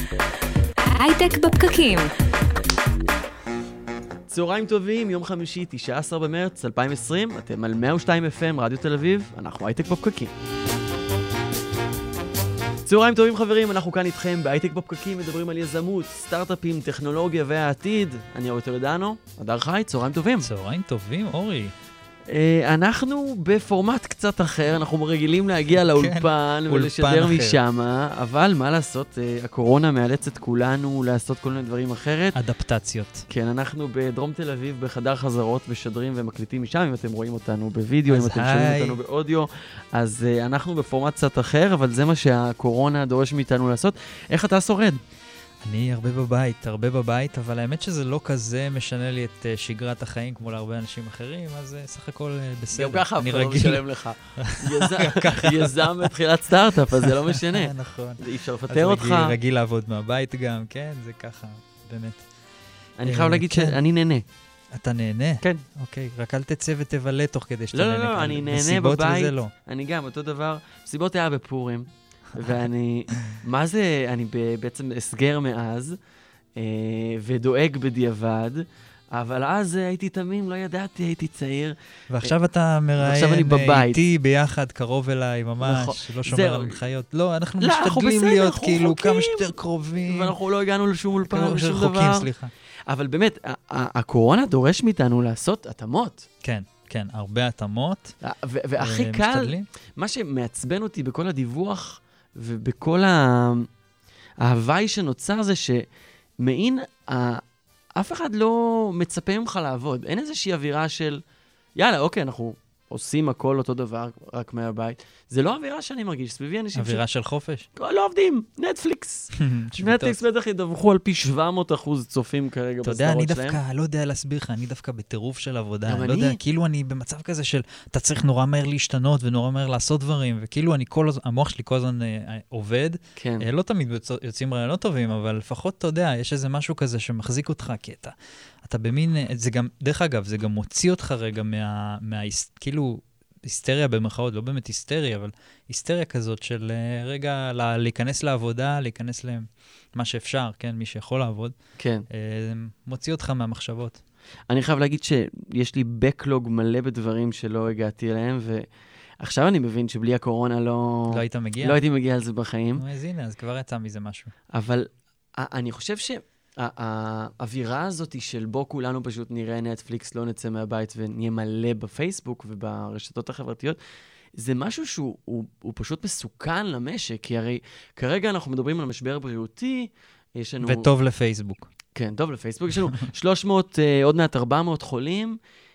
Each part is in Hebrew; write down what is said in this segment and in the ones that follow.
הייטק בפקקים. צהריים טובים, יום חמישי, 19 במרץ 2020, אתם על 102 FM, רדיו תל אביב, אנחנו הייטק בפקקים. צהריים טובים חברים, אנחנו כאן איתכם בהייטק בפקקים, מדברים על יזמות, סטארט-אפים, טכנולוגיה והעתיד. אני אורי טולדנו, הדר חי, צהריים טובים. צהריים טובים, אורי. אנחנו בפורמט קצת אחר, אנחנו רגילים להגיע לאולפן ולשדר משם, אבל מה לעשות, הקורונה מאלצת כולנו לעשות כל מיני דברים אחרת. אדפטציות. כן, אנחנו בדרום תל אביב בחדר חזרות משדרים ומקליטים משם, אם אתם רואים אותנו בווידאו, אם אתם שומעים אותנו באודיו, אז אנחנו בפורמט קצת אחר, אבל זה מה שהקורונה דורש מאיתנו לעשות. איך אתה שורד? אני הרבה בבית, אבל האמת שזה לא כזה משנה לי את שגרת החיים כמו להרבה אנשים אחרים, אז סך הכל בסדר. גם ככה, אני לא משלם לך. יזם בתחילת סטארט-אפ, אז זה לא משנה. נכון. אי אפשר לפטר אותך. אז רגיל לעבוד מהבית גם, כן, זה ככה, באמת. אני חייב להגיד שאני נהנה. אתה נהנה? כן. אוקיי, רק אל תצא ותבלה תוך כדי שאתה נהנה. לא, אני נהנה בבית. אני גם, אותו דבר. סיבות היה בפורים. ואני, מה זה, אני בעצם אסגר מאז, ודואג בדיעבד, אבל אז הייתי תמים, לא ידעתי, הייתי צעיר. ועכשיו אתה מראיין איתי ביחד, קרוב אליי, ממש, לא שומר על הנחיות. לא, אנחנו משתדלים להיות כאילו כמה שיותר קרובים. ואנחנו לא הגענו לשום אולפן, לשום דבר. חוקים, סליחה. אבל באמת, הקורונה דורש מאיתנו לעשות התאמות. כן. כן, הרבה התאמות. והכי קל, מה שמעצבן אותי בכל הדיווח, ובכל ההוואי שנוצר זה שמעין, אף אחד לא מצפה ממך לעבוד. אין איזושהי אווירה של, יאללה, אוקיי, אנחנו עושים הכל אותו דבר, רק מהבית. זה לא אווירה שאני מרגיש, סביבי אנשים אווירה של חופש? לא עובדים, נטפליקס. נטפליקס בטח ידווחו על פי 700% צופים כרגע בסדרות שלהם. אתה יודע, אני דווקא לא יודע להסביר לך, אני דווקא בטירוף של עבודה. אני לא יודע, כאילו אני במצב כזה של, אתה צריך נורא מהר להשתנות ונורא מהר לעשות דברים, וכאילו המוח שלי כל הזמן עובד. לא תמיד יוצאים רעיונות טובים, אבל לפחות אתה יודע, יש איזה משהו כזה שמחזיק אותך, כי אתה במין, זה גם, דרך אגב, זה גם מוציא אותך רגע כאילו, היסטריה במרכאות, לא באמת היסטריה, אבל היסטריה כזאת של רגע להיכנס לעבודה, להיכנס למה שאפשר, כן, מי שיכול לעבוד. כן. מוציא אותך מהמחשבות. אני חייב להגיד שיש לי בקלוג מלא בדברים שלא הגעתי אליהם, ועכשיו אני מבין שבלי הקורונה לא היית מגיע? לא הייתי מגיע על זה בחיים. אז הנה, אז כבר יצא מזה משהו. אבל אני חושב האווירה הזאת של בו כולנו פשוט נראה נטפליקס, לא נצא מהבית ונהיה מלא בפייסבוק וברשתות החברתיות, זה משהו שהוא פשוט מסוכן למשק, כי הרי כרגע אנחנו מדברים על משבר בריאותי, יש לנו... וטוב לפייסבוק. כן, טוב לפייסבוק, יש לנו 300, עוד מעט 400 חולים,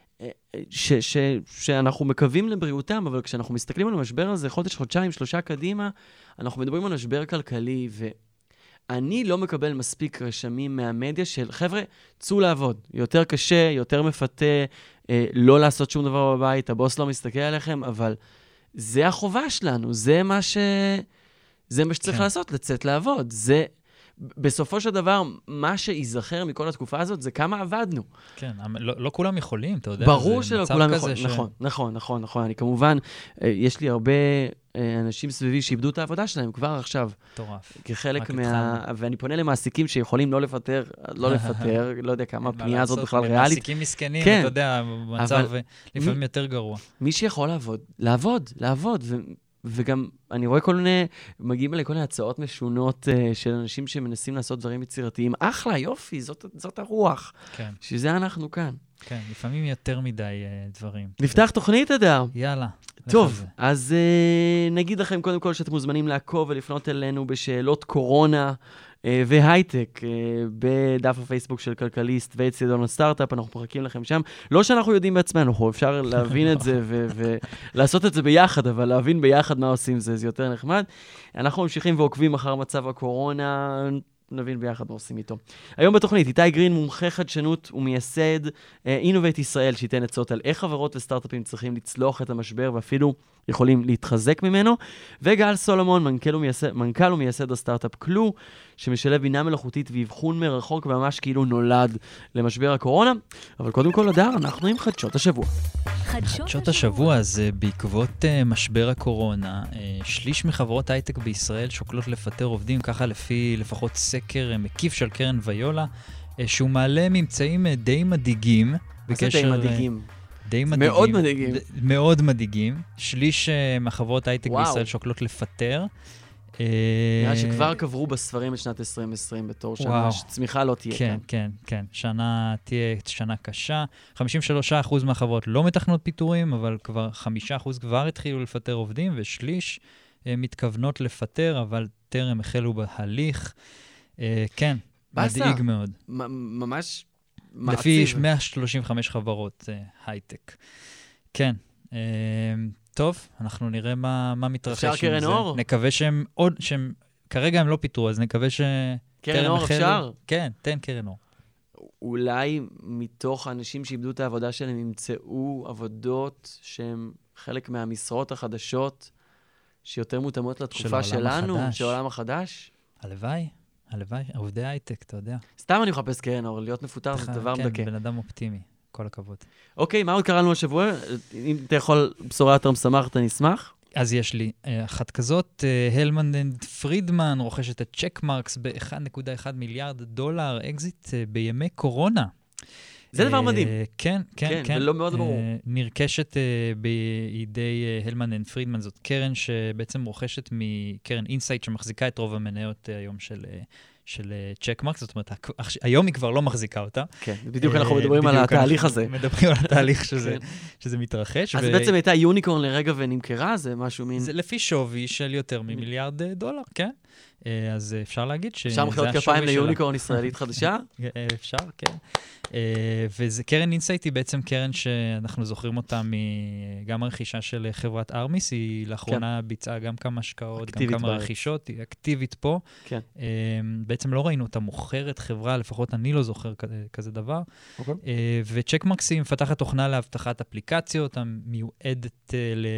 שאנחנו מקווים לבריאותם, אבל כשאנחנו מסתכלים על המשבר הזה, חודש, חודשיים, 3 קדימה, אנחנו מדברים על משבר כלכלי, אני לא מקבל מספיק רשמים מהמדיה של, חבר'ה, צאו לעבוד. יותר קשה, יותר מפתה, לא לעשות שום דבר בבית, הבוס לא מסתכל עליכם, אבל זה החובה שלנו, זה מה שצריך לעשות, לצאת לעבוד. זה, בסופו של דבר, מה שיזכר מכל התקופה הזאת, זה כמה עבדנו. כן, לא כולם יכולים, אתה יודע. ברור שלא כולם יכולים, נכון. אני כמובן, יש לי הרבה אנשים סביבי שאיבדו את העבודה שלהם כבר עכשיו. מטורף. כחלק ואני פונה למעסיקים שיכולים לא לפטר, לא יודע כמה הפנייה הזאת בכלל ריאלית. מעסיקים מסכנים, אתה יודע, מצב לפעמים יותר גרוע. מי שיכול לעבוד, וגם אני רואה מגיעים אלי כל מיני הצעות משונות של אנשים שמנסים לעשות דברים יצירתיים. אחלה, יופי, זאת הרוח. כן. שזה אנחנו כאן. כן, לפעמים יותר מדי דברים. נפתח תוכנית, אדר. יאללה. טוב, אז נגיד לכם קודם כל שאתם מוזמנים לעקוב ולפנות אלינו בשאלות קורונה והייטק בדף הפייסבוק של כלכליסט ואצטדיון הסטארט-אפ, אנחנו מחכים לכם שם. לא שאנחנו יודעים בעצמנו, אפשר להבין את זה ולעשות את זה ביחד, אבל להבין ביחד מה עושים זה יותר נחמד. אנחנו ממשיכים ועוקבים אחר מצב הקורונה, נבין ביחד מה עושים איתו. היום בתוכנית, איתי גרין, מומחה חדשנות ומייסד אינובייט ישראל, שייתן עצות על איך חברות וסטארט-אפים צריכים לצלוח את המשבר, ואפילו יכולים להתחזק ממנו, וגל סולומון, מנכ"ל ומייסד הסטארט-אפ קלו, שמשלב בינה מלאכותית ואבחון מרחוק, וממש כאילו נולד למשבר הקורונה. אבל קודם כל, אדר, אנחנו עם חדשות השבוע. חדשות השבוע זה בעקבות משבר הקורונה. שליש מחברות הייטק בישראל שוקלות לפטר עובדים, ככה לפי לפחות סקר מקיף של קרן ויולה, שהוא מעלה ממצאים די מדאיגים. מה זה די מדאיגים? די מדאיגים. מאוד מדאיגים. מאוד מדאיגים. שליש מחברות הייטק בישראל שוקלות לפטר. נראה שכבר קברו בספרים את שנת 2020 בתור שנה, שצמיחה לא תהיה כאן. כן, כן. שנה תהיה שנה קשה. 53% מהחברות לא מתכנות פיטורים, אבל כבר 5% כבר התחילו לפטר עובדים, ושליש מתכוונות לפטר, אבל טרם החלו בהליך. כן, מדאיג מאוד. ממש מעציב. לפי 135 חברות הייטק. כן. טוב, אנחנו נראה מה מתרחש עם זה. אפשר קרן אור? נקווה שהם כרגע הם לא פיתרו, אז נקווה קרן אור אפשר? כן, תן קרן אור. אולי מתוך האנשים שאיבדו את העבודה שלהם ימצאו עבודות שהן חלק מהמשרות החדשות שיותר מותאמות לתקופה שלנו, של העולם החדש? הלוואי, עובדי הייטק, אתה יודע. סתם אני מחפש קרן אור, להיות מפוטר זה דבר מדכא. כן, בן אדם אופטימי. כל הכבוד. אוקיי, מה עוד קרה לנו השבוע? אם אתה יכול בשורה יותר משמחת, אני אשמח. אז יש לי אחת כזאת, הלמן אנד פרידמן רוכשת את צ'קמרקס ב-1.1 מיליארד דולר אקזיט בימי קורונה. זה דבר מדהים. כן. ולא מאוד ברור. נרכשת בידי הלמן אנד פרידמן, זאת קרן שבעצם רוכשת מקרן אינסייט שמחזיקה את רוב המניות היום של צ'קמרקס, זאת אומרת, היום היא כבר לא מחזיקה אותה. כן, בדיוק אנחנו מדברים על התהליך הזה. מדברים על התהליך שזה מתרחש. אז בעצם הייתה יוניקורן לרגע ונמכרה, זה משהו מין... זה לפי שווי של יותר ממיליארד דולר, כן. אז אפשר להגיד שזה אפשר מחיאות כפיים ליוניקורן ישראלית חדשה? אפשר, כן. וזה קרן אינסייט היא בעצם קרן שאנחנו זוכרים אותה גם הרכישה של חברת ארמיס, היא לאחרונה ביצעה גם כמה השקעות, גם כמה רכישות, היא אקטיבית פה. בעצם לא ראינו אותה מוכרת חברה, לפחות אני לא זוכר כזה דבר. וצ'קמרקס היא מפתחת תוכנה להבטחת אפליקציות, המיועדת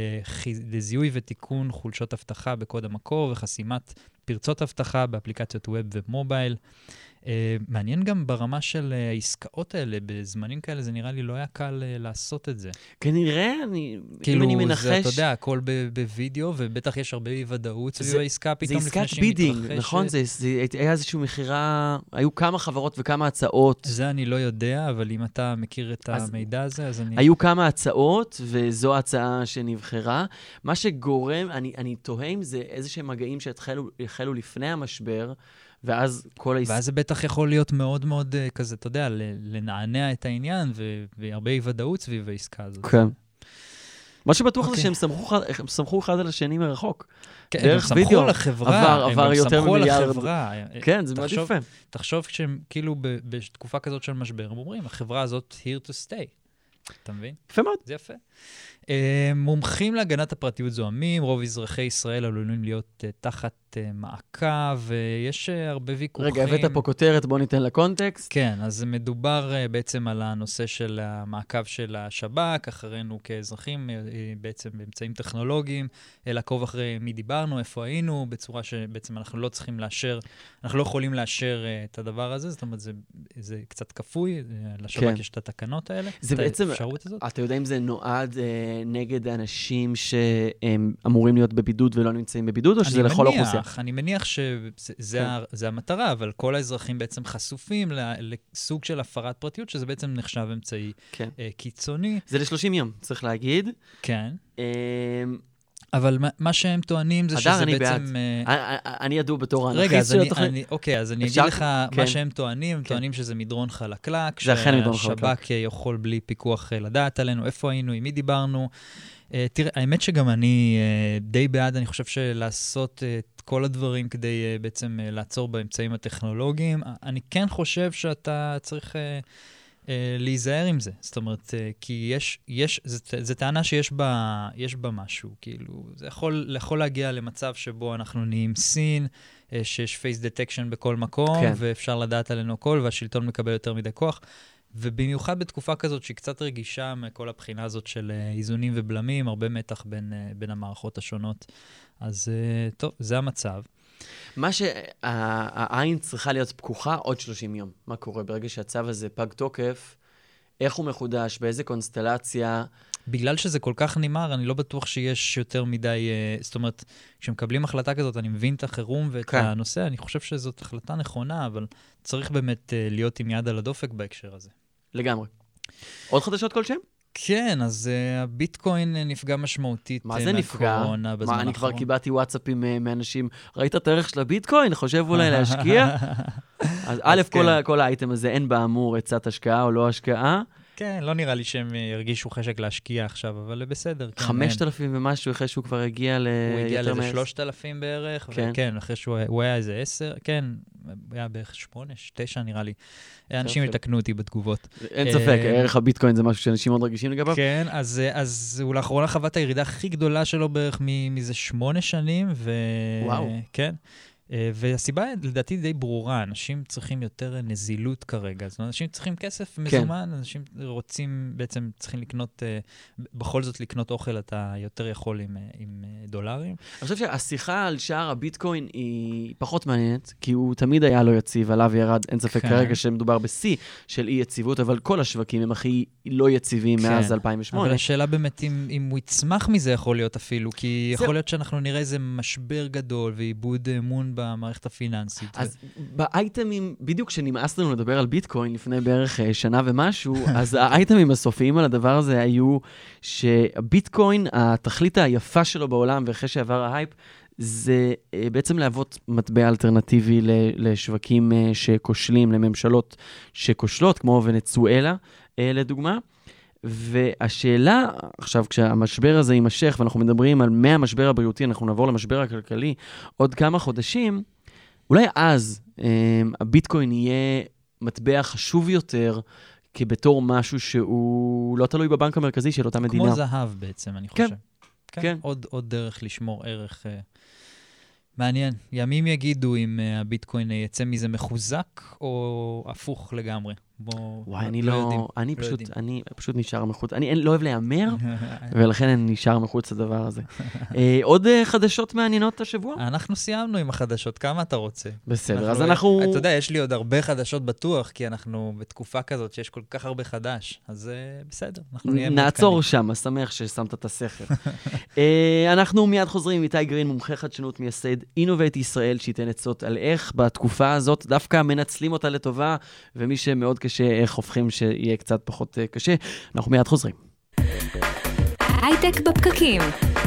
לזיהוי ותיקון חולשות הבטחה בקוד המקור וחסימת פרצות הבטחה באפליקציות ווב ומובייל. מעניין גם ברמה של העסקאות האלה, בזמנים כאלה זה נראה לי לא היה קל לעשות את זה. כנראה, אם אני מנחש... כאילו, אתה יודע, הכל בווידאו, ובטח יש הרבה ודאות סביב העסקה פתאום לפני שהיא מתרחשת. זה עסקת בידינג, נכון? זה היה איזושהי מחירה, היו כמה חברות וכמה הצעות. זה אני לא יודע, אבל אם אתה מכיר את המידע הזה, אז אני... היו כמה הצעות, וזו ההצעה שנבחרה. מה שגורם, אני תוהה אם זה איזשהם מגעים שהתחלו לפני המשבר, ואז ואז זה בטח יכול להיות מאוד מאוד כזה, אתה יודע, לנענע את העניין, והרבה ודאות סביב העסקה הזאת. כן. מה שבטוח זה שהם סמכו אחד על השני מרחוק. כן, הם סמכו על החברה. עבר יותר מיליארד. כן, זה מאוד יפה. תחשוב שהם כאילו בתקופה כזאת של משבר, הם אומרים, החברה הזאת here to stay. אתה מבין? יפה מאוד. זה יפה. מומחים להגנת הפרטיות זוהמים, רוב אזרחי ישראל עלולים להיות תחת מעקב, ויש הרבה ויכוחים. רגע, הבאת פה כותרת, בוא ניתן לקונטקסט. כן, אז מדובר בעצם על הנושא של המעקב של השב"כ, אחרינו כאזרחים, בעצם באמצעים טכנולוגיים, לעקוב אחרי מי דיברנו, איפה היינו, בצורה שבעצם אנחנו לא צריכים לאשר, אנחנו לא יכולים לאשר את הדבר הזה, זאת אומרת, זה קצת כפוי, לשב"כ יש את התקנות האלה. זה בעצם, אתה יודע אם זה נועד נגד האנשים שהם אמורים להיות בבידוד ולא נמצאים בבידוד, או שזה לכל האוכלוסייה? אני מניח שזה המטרה, אבל כל האזרחים בעצם חשופים לסוג של הפרת פרטיות, שזה בעצם נחשב אמצעי קיצוני. זה ל-30 יום, צריך להגיד. כן. אבל מה שהם טוענים זה שזה בעצם... אני ידוע בתור האנרכיסט של התוכנית. אוקיי, אז אני אגיד לך מה שהם טוענים. הם טוענים שזה מדרון חלקלק, שהשב"כ יכול בלי פיקוח לדעת עלינו, איפה היינו, עם מי דיברנו. תראה, האמת שגם אני די בעד, אני חושב שלעשות את כל הדברים כדי בעצם לעצור באמצעים הטכנולוגיים. אני כן חושב שאתה צריך... להיזהר עם זה. זאת אומרת, כי זה טענה שיש בה משהו, כאילו, זה יכול להגיע למצב שבו אנחנו נהיים סין, שיש face detection בכל מקום, ואפשר לדעת עלינו הכל, והשלטון מקבל יותר מדי כוח, ובמיוחד בתקופה כזאת שהיא קצת רגישה מכל הבחינה הזאת של איזונים ובלמים, הרבה מתח בין המערכות השונות. אז טוב, זה המצב. מה שהעין צריכה להיות פקוחה עוד 30 יום. מה קורה ברגע שהצו הזה פג תוקף? איך הוא מחודש, באיזה קונסטלציה? בגלל שזה כל כך נמר, אני לא בטוח שיש יותר מדי, זאת אומרת, כשמקבלים החלטה כזאת, אני מבין את החירום ואת הנושא, אני חושב שזאת החלטה נכונה, אבל צריך באמת להיות עם יד על הדופק בהקשר הזה. לגמרי. עוד חדשות כלשהם? כן, אז הביטקוין נפגע משמעותית מה זה נפגע? מה, אני כבר קיבלתי וואטסאפים מאנשים, ראית את הערך של הביטקוין? חושב אולי להשקיע? אז א', כל האייטם הזה אין באמור הצעת השקעה או לא השקעה. כן, לא נראה לי שהם ירגישו חשק להשקיע עכשיו, אבל בסדר. 5,000 ומשהו אחרי שהוא כבר הגיע הוא הגיע לאיזה 3,000 בערך, כן, אחרי שהוא היה איזה 10, כן, היה בערך 8, 9 נראה לי. אנשים יתקנו אותי בתגובות. אין ספק, ערך הביטקוין זה משהו שאנשים מאוד רגישים לגביו. כן, אז הוא לאחרונה חווה את הירידה הכי גדולה שלו בערך מזה 8 שנים, וואו. כן. והסיבה לדעתי די ברורה, אנשים צריכים יותר נזילות כרגע, זאת אומרת, אנשים צריכים כסף מזומן, אנשים רוצים, בעצם צריכים לקנות, בכל זאת לקנות אוכל, אתה יותר יכול עם דולרים. אני חושב שהשיחה על שער הביטקוין היא פחות מעניינת, כי הוא תמיד היה לא יציב, עליו ירד, אין ספק כרגע שמדובר בשיא של אי יציבות, אבל כל השווקים הם הכי לא יציבים מאז 2008. אבל השאלה באמת אם הוא יצמח מזה יכול להיות אפילו, כי יכול להיות שאנחנו נראה איזה משבר גדול ואיבוד אמון במערכת הפיננסית. אז באייטמים, בדיוק כשנמאס לנו לדבר על ביטקוין לפני בערך שנה ומשהו, אז האייטמים הסופיים על הדבר הזה היו שהביטקוין, התכלית היפה שלו בעולם, ואחרי שעבר ההייפ, זה בעצם להוות מטבע אלטרנטיבי לשווקים שכושלים, לממשלות שכושלות, כמו ונצואלה, לדוגמה. והשאלה, עכשיו כשהמשבר הזה יימשך, ואנחנו מדברים על מהמשבר הבריאותי, אנחנו נעבור למשבר הכלכלי עוד כמה חודשים, אולי אז הביטקוין יהיה מטבע חשוב יותר, כבתור משהו שהוא לא תלוי בבנק המרכזי של אותה מדינה. כמו זהב בעצם, אני חושב. כן. עוד דרך לשמור ערך מעניין. ימים יגידו אם הביטקוין יצא מזה מחוזק, או הפוך לגמרי. וואי, אני פשוט נשאר מחוץ. אני לא אוהב להיאמר, ולכן אני נשאר מחוץ לדבר הזה. עוד חדשות מעניינות השבוע? אנחנו סיימנו עם החדשות, כמה אתה רוצה? בסדר, אז אנחנו... אתה יודע, יש לי עוד הרבה חדשות בטוח, כי אנחנו בתקופה כזאת שיש כל כך הרבה חדש, אז בסדר, אנחנו נהיה מתקנים. נעצור שם, שמח ששמת את הסכר. אנחנו מיד חוזרים עם איתי גרין, מומחה חדשנות מייסד אינובייט ישראל, שייתן עצות על איך בתקופה הזאת דווקא מנצלים אותה לטובה, ומי שמאוד קשה, איך הופכים שיהיה קצת פחות קשה. אנחנו מיד חוזרים. הייטק בפקקים.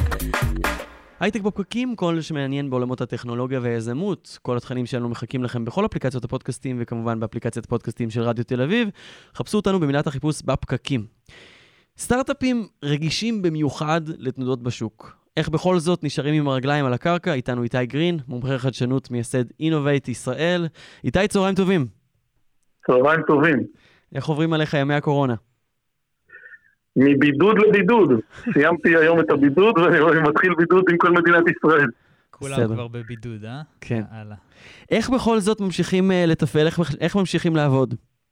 הייטק בפקקים, כל שמעניין בעולמות הטכנולוגיה והיזמות. כל התכנים שלנו מחכים לכם בכל אפליקציות הפודקאסטים, וכמובן באפליקציית הפודקאסטים של רדיו תל אביב. חפשו אותנו במילת החיפוש בפקקים. סטארט-אפים רגישים במיוחד לתנודות בשוק. איך בכל זאת נשארים עם הרגליים על הקרקע? איתנו איתי גרין, מומחה חדשנות מייסד אינובייט ישראל. איתי, צהריים טובים. צהריים טובים. איך עוברים עליך ימי הקורונה? מבידוד לבידוד. סיימתי היום את הבידוד ואני מתחיל בידוד עם כל מדינת ישראל. כולם כבר בבידוד, אה? כן. איך בכל זאת ממשיכים לתפעל? איך ממשיכים לעבוד?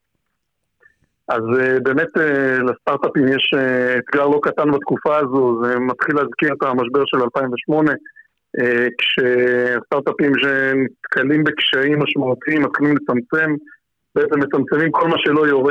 אז באמת לסטארט-אפים יש אתגר לא קטן בתקופה הזו, זה מתחיל להזכיר את המשבר של 2008, כשסטארט-אפים שנתקלים בקשיים משמעותיים, מתחילים לצמצם, בעצם מצמצמים כל מה שלא יורה.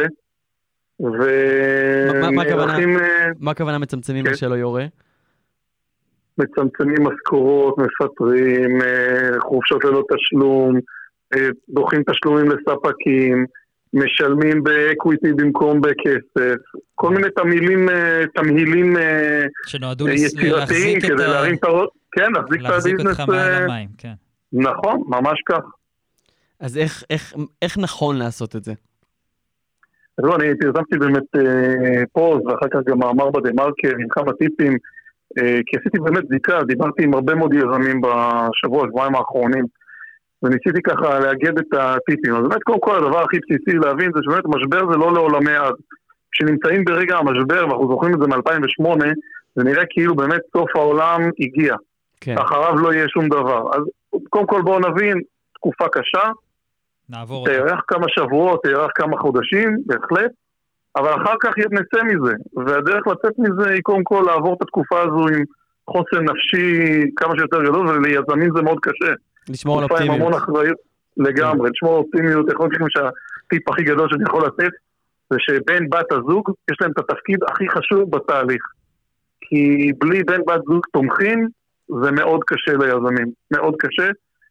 מה הכוונה מצמצמים מה שלא יורה? מצמצמים משכורות, מפטרים, חופשות ללא תשלום, דוחים תשלומים לספקים, משלמים באקוויטי במקום בכסף, כל מיני תמהילים יצירתיים כדי להרים את הראש, כן, להחזיק את הביזנס. נכון, ממש כך. אז איך נכון לעשות את זה? אז לא, אני פרסמתי באמת פוסט, ואחר כך גם מאמר בדה-מרקר עם כמה טיפים, כי עשיתי באמת בדיקה, דיברתי עם הרבה מאוד יזמים בשבוע, שבועיים האחרונים, וניסיתי ככה לאגד את הטיפים. אז באמת קודם כל הדבר הכי בסיסי להבין זה שבאמת משבר זה לא לעולמי עד. כשנמצאים ברגע המשבר, ואנחנו זוכרים את זה מ-2008, זה נראה כאילו באמת סוף העולם הגיע. כן. אחריו לא יהיה שום דבר. אז קודם כל בואו נבין, תקופה קשה, תארך כמה שבועות, תארך כמה חודשים, בהחלט, אבל אחר כך נצא מזה. והדרך לצאת מזה היא קודם כל לעבור את התקופה הזו עם חוסן נפשי כמה שיותר גדול, וליזמים זה מאוד קשה. לשמור על אופטימיות. המון אחריות לגמרי, לשמור על אופטימיות, יכול להיות שהטיפ הכי גדול שאני יכול לתת, זה שבן בת הזוג יש להם את התפקיד הכי חשוב בתהליך. כי בלי בן בת זוג תומכים, זה מאוד קשה ליזמים, מאוד קשה.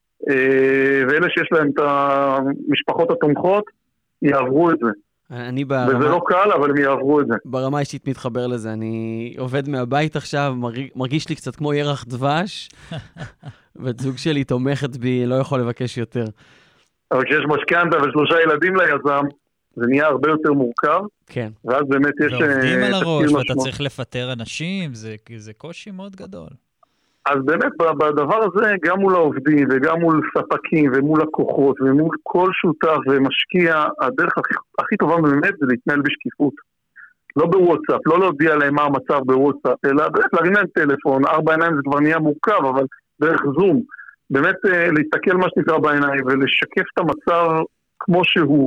ואלה שיש להם את המשפחות התומכות, יעברו את זה. וזה לא קל, אבל הם יעברו את זה. ברמה אישית מתחבר לזה, אני עובד מהבית עכשיו, מרגיש לי קצת כמו ירח דבש, וזוג שלי תומכת בי, לא יכול לבקש יותר. אבל כשיש משכנתה ו3 ילדים ליזם, זה נהיה הרבה יותר מורכב. כן. ואז באמת יש... ועובדים על הראש, ואתה צריך לפטר אנשים, זה קושי מאוד גדול. אז באמת בדבר הזה, גם מול העובדים וגם מול ספקים ומול לקוחות ומול כל שותף ומשקיע, הדרך הכי טובה באמת זה להתנהל בשקיפות. לא בוואטסאפ, לא להודיע להם מה המצב בוואטסאפ, אלא באמת להרים להם טלפון, 4 עיניים זה כבר נהיה מורכב, אבל דרך זום, באמת להסתכל מה שנקרא בעיניים ולשקף את המצב כמו שהוא.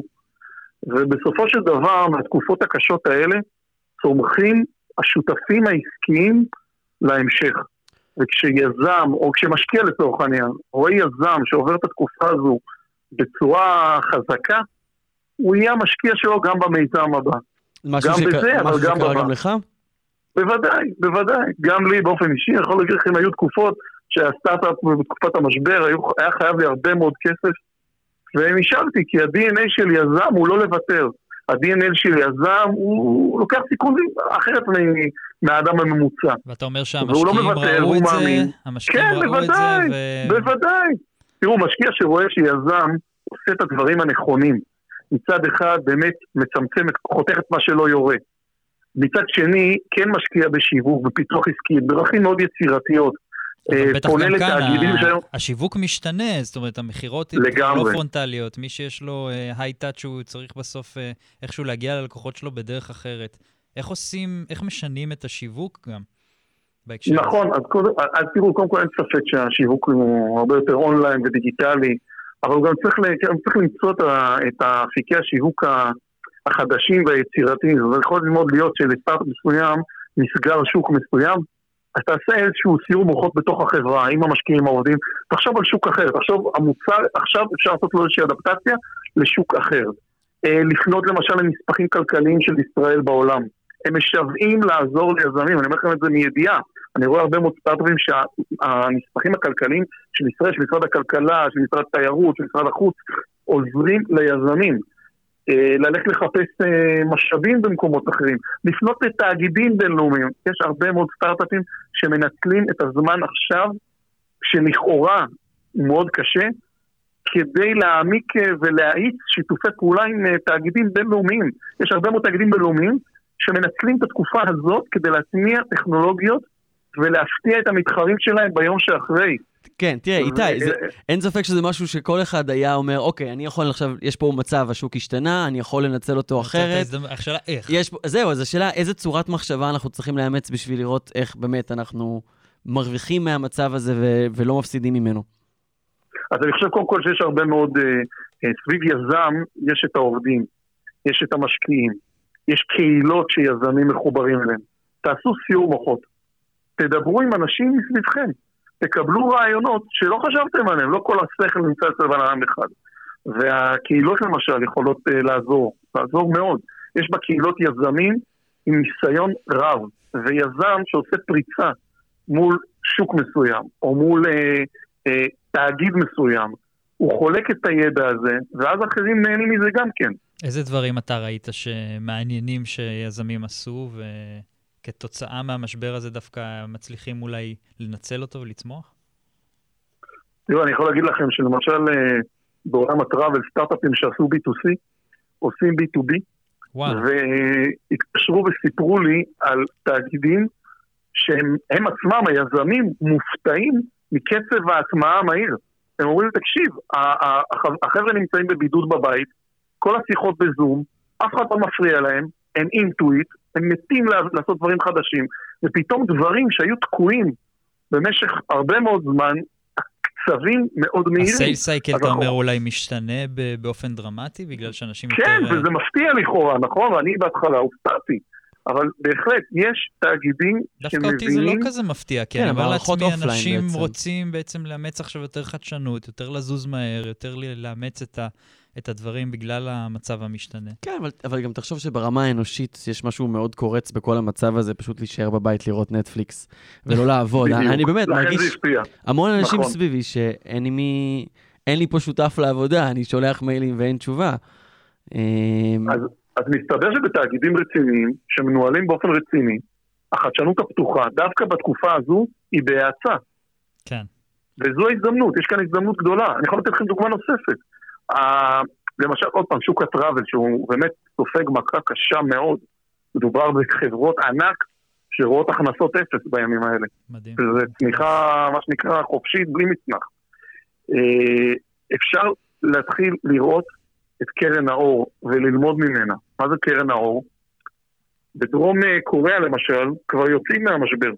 ובסופו של דבר, מהתקופות הקשות האלה, צומחים השותפים העסקיים להמשך. וכשיזם, או כשמשקיע לצורך העניין, רואה יזם שעובר את התקופה הזו בצורה חזקה, הוא יהיה המשקיע שלו גם במיזם הבא. גם בזה, אבל גם בבא. גם לך? בוודאי, בוודאי. גם לי באופן אישי, אני יכול להגיד לכם, היו תקופות שהסטארט-אפ בתקופת המשבר היה חייב לי הרבה מאוד כסף, ונשארתי, כי ה-DNA של יזם הוא לא לוותר. ה-DNA של יזם הוא לוקח סיכונים אחרת מהאדם הממוצע. ואתה אומר שהמשקיעים ראו את זה? כן, בוודאי, בוודאי. תראו, משקיע שרואה שיזם עושה את הדברים הנכונים. מצד אחד באמת מצמצם, חותך את מה שלא יורה. מצד שני, כן משקיע בשיווק, בפיתוח עסקי, בדרכים מאוד יצירתיות. בטח גם כאן, השיווק משתנה, זאת אומרת, המחירות לא פרונטליות, מי שיש לו היי-טאץ' הוא צריך בסוף איכשהו להגיע ללקוחות שלו בדרך אחרת. איך עושים, איך משנים את השיווק גם? נכון, אז תראו, קודם כל אין ספק שהשיווק הוא הרבה יותר אונליין ודיגיטלי, אבל הוא גם צריך למצוא את אפיקי השיווק החדשים והיצירתיים. זה יכול מאוד להיות שלסטארט-אפ מסוים נסגר שוק מסוים, אז תעשה איזשהו סיור מוחות בתוך החברה, עם המשקיעים העובדים, תחשוב על שוק אחר, תחשוב המוצר, עכשיו אפשר לעשות לו איזושהי אדפטציה לשוק אחר. לפנות למשל לנספחים כלכליים של ישראל בעולם. הם משוועים לעזור ליזמים, אני אומר לכם את זה מידיעה. אני רואה הרבה מאוד סטארט-אפים שהנספחים הכלכליים של ישראל, של משרד הכלכלה, של משרד התיירות, של משרד החוץ, עוזרים ליזמים. ללכת לחפש משאבים במקומות אחרים, לפנות לתאגידים בינלאומיים. יש הרבה מאוד סטארט-אפים שמנצלים את הזמן עכשיו, שלכאורה הוא מאוד קשה, כדי להעמיק ולהאיץ שיתופי פעולה עם תאגידים בינלאומיים. יש הרבה מאוד תאגידים בינלאומיים שמנצלים את התקופה הזאת כדי להטמיע טכנולוגיות ולהפתיע את המתחרים שלהם ביום שאחרי. כן, תראה, איתי, אין ספק שזה משהו שכל אחד היה אומר, אוקיי, אני יכול עכשיו, יש פה מצב, השוק השתנה, אני יכול לנצל אותו אחרת. השאלה איך? זהו, אז השאלה, איזה צורת מחשבה אנחנו צריכים לאמץ בשביל לראות איך באמת אנחנו מרוויחים מהמצב הזה ולא מפסידים ממנו. אז אני חושב קודם כל שיש הרבה מאוד, סביב יזם, יש את העובדים, יש את המשקיעים, יש קהילות שיזמים מחוברים אליהם. תעשו סיור מוחות, תדברו עם אנשים מסביבכם. תקבלו רעיונות שלא חשבתם עליהם, לא כל השכל נמצא אצל בן אדם אחד. והקהילות למשל יכולות לעזור מאוד. יש בקהילות יזמים עם ניסיון רב, ויזם שעושה פריצה מול שוק מסוים, או מול תאגיד מסוים, הוא חולק את הידע הזה, ואז אחרים נהנים מזה גם כן. איזה דברים אתה ראית שמעניינים שיזמים עשו, כתוצאה מהמשבר הזה דווקא מצליחים אולי לנצל אותו ולצמוח? תראו, אני יכול להגיד לכם שלמשל בעולם הטראבל, סטארט-אפים שעשו B2C, עושים B2B, והתקשרו וסיפרו לי על תאגידים שהם עצמם, היזמים, מופתעים מקצב ההטמעה המהיר. הם אומרים, תקשיב, החבר'ה נמצאים בבידוד בבית, כל השיחות בזום, אף אחד לא מפריע להם, הם אינטואיט, הם מתים לעשות דברים חדשים, ופתאום דברים שהיו תקועים במשך הרבה מאוד זמן, קצבים מאוד מהירים. הסייל סייקל, אתה אומר, אולי משתנה באופן דרמטי, בגלל שאנשים יותר... כן, וזה מפתיע לכאורה, נכון? ואני בהתחלה הופתעתי. אבל בהחלט, יש תאגידים שמבינים... דווקא אותי זה לא כזה מפתיע, כן, אבל לעצמי אנשים רוצים בעצם לאמץ עכשיו יותר חדשנות, יותר לזוז מהר, יותר לאמץ את הדברים בגלל המצב המשתנה. כן, אבל גם תחשוב שברמה האנושית יש משהו מאוד קורץ בכל המצב הזה, פשוט להישאר בבית לראות נטפליקס ולא לעבוד. אני באמת מרגיש המון אנשים סביבי שאין לי פה שותף לעבודה, אני שולח מיילים ואין תשובה. אז מסתבר שבתאגידים רציניים, שמנוהלים באופן רציני, החדשנות הפתוחה, דווקא בתקופה הזו, היא בהאצה. כן. וזו ההזדמנות, יש כאן הזדמנות גדולה. אני יכול לתת לכם דוגמה נוספת. למשל, עוד פעם, שוק הטראבל, שהוא באמת סופג מכה קשה מאוד, מדובר בחברות ענק, שרואות הכנסות אפס בימים האלה. מדהים. וזה צמיחה, מה שנקרא, חופשית, בלי מצנח. אפשר להתחיל לראות את קרן האור וללמוד ממנה. מה זה קרן האור? בדרום קוריאה למשל, כבר יוצאים מהמשבר.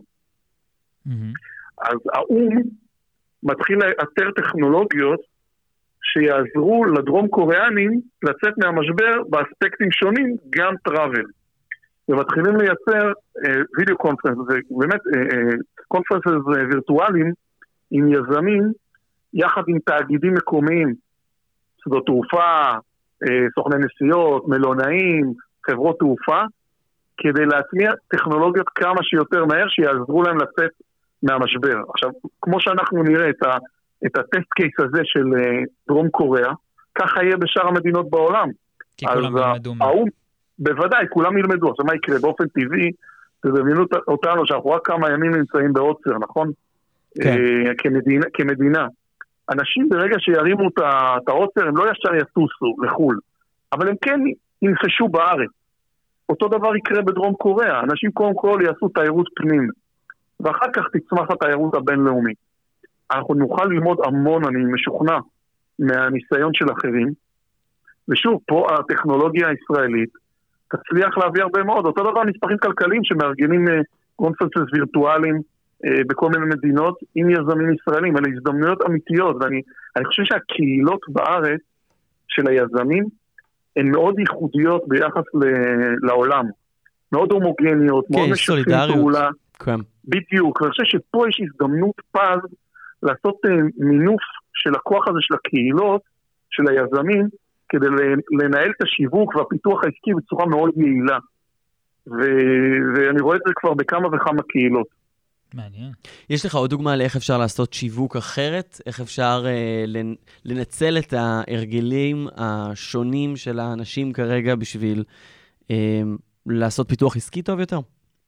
אז האום מתחיל לאתר טכנולוגיות שיעזרו לדרום קוריאנים לצאת מהמשבר באספקטים שונים, גם טראבל. ומתחילים לייצר וידאו קונפרנס, ובאמת קונפרנסס וירטואליים עם יזמים, יחד עם תאגידים מקומיים, שדות תעופה, סוכני נסיעות, מלונאים, חברות תעופה, כדי להטמיע טכנולוגיות כמה שיותר מהר שיעזרו להם לצאת מהמשבר. עכשיו, כמו שאנחנו נראה את הטסט קייס הזה של דרום קוריאה, ככה יהיה בשאר המדינות בעולם. כי כולם ילמדו. בוודאי, כולם ילמדו. עכשיו, מה יקרה? באופן טבעי, תדמיינו אותנו שאנחנו רק כמה ימים נמצאים בעוצר, נכון? כן. כמדינה. אנשים ברגע שירימו את העוצר, הם לא ישר יטוסו לחול, אבל הם כן ינפשו בארץ. אותו דבר יקרה בדרום קוריאה. אנשים קודם כל יעשו תיירות פנים, ואחר כך תצמח התיירות הבינלאומית. אנחנו נוכל ללמוד המון, אני משוכנע, מהניסיון של אחרים. ושוב, פה הטכנולוגיה הישראלית תצליח להביא הרבה מאוד. אותו דבר נספחים כלכליים שמארגנים קונפרנסס וירטואליים בכל מיני מדינות עם יזמים ישראלים. אלה הזדמנויות אמיתיות, ואני חושב שהקהילות בארץ של היזמים הן מאוד ייחודיות ביחס לעולם. מאוד הומוגניות, מאוד משתפים פעולה. בדיוק, ואני חושב שפה יש הזדמנות פז לעשות מינוף של הכוח הזה של הקהילות, של היזמים, כדי לנהל את השיווק והפיתוח העסקי בצורה מאוד יעילה. ואני רואה את זה כבר בכמה וכמה קהילות. מעניין. יש לך עוד דוגמה לאיך אפשר לעשות שיווק אחרת? איך אפשר לנצל את ההרגלים השונים של האנשים כרגע בשביל לעשות פיתוח עסקי טוב יותר?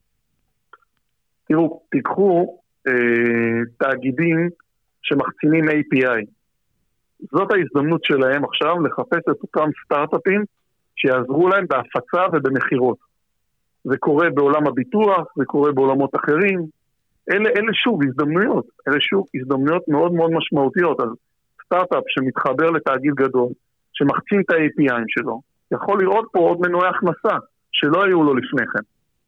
תראו, תיקחו תאגידים שמחצינים API. זאת ההזדמנות שלהם עכשיו לחפש את אותם סטארט-אפים שיעזרו להם בהפצה ובמחירות. זה קורה בעולם הביטוח, זה קורה בעולמות אחרים. אלה שוב הזדמנויות, הזדמנויות מאוד מאוד משמעותיות. אז סטארט-אפ שמתחבר לתאגיד גדול, שמחצין את ה-API שלו, יכול לראות פה עוד מנועי הכנסה שלא היו לו לפני כן.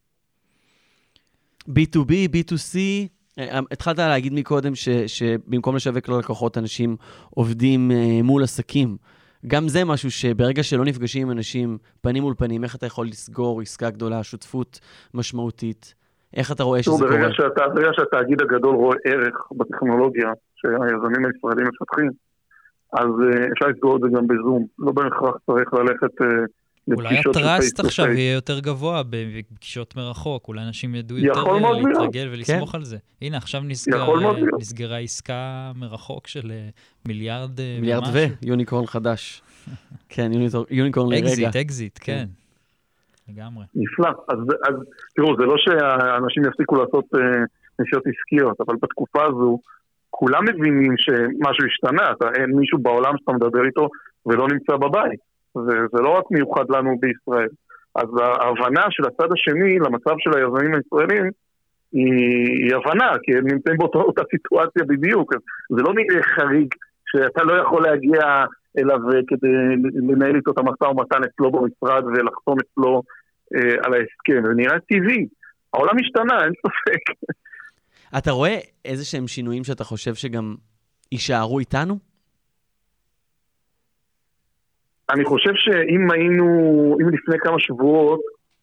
B2B, B2C, התחלת להגיד מקודם שבמקום לשווק ללקוחות אנשים עובדים מול עסקים. גם זה משהו שברגע שלא נפגשים עם אנשים פנים מול פנים, איך אתה יכול לסגור עסקה גדולה, שותפות משמעותית? איך אתה רואה שזה קורה? ברגע שהתאגיד הגדול רואה ערך בטכנולוגיה שהיזמים הישראלים מפתחים, אז אפשר לסגור את זה גם בזום. לא בהכרח צריך ללכת אולי הטראסט עכשיו יהיה יותר גבוה בפגישות מרחוק, אולי אנשים ידעו יותר להתרגל ולסמוך על זה. הנה, עכשיו נסגרה עסקה מרחוק של מיליארד ויוניקורן חדש. כן, יוניקורן לרגע. אקזיט, כן. לגמרי. נפלא. אז תראו, זה לא שאנשים יפסיקו לעשות נסיעות עסקיות, אבל בתקופה הזו, כולם מבינים שמשהו השתנה, אין מישהו בעולם שאתה מדבר איתו ולא נמצא בבית. זה לא רק מיוחד לנו בישראל. אז ההבנה של הצד השני למצב של היזמים הישראלים היא הבנה, כי הם נמצאים באותה סיטואציה בדיוק. זה לא נראה חריג שאתה לא יכול להגיע אליו כדי לנהל איתו את המשא ומתן אצלו במשרד ולחתום אצלו על ההסכם. זה נראה טבעי. העולם השתנה, אין ספק. אתה רואה איזה שהם שינויים שאתה חושב שגם יישארו איתנו? אני חושב שאם לפני כמה שבועות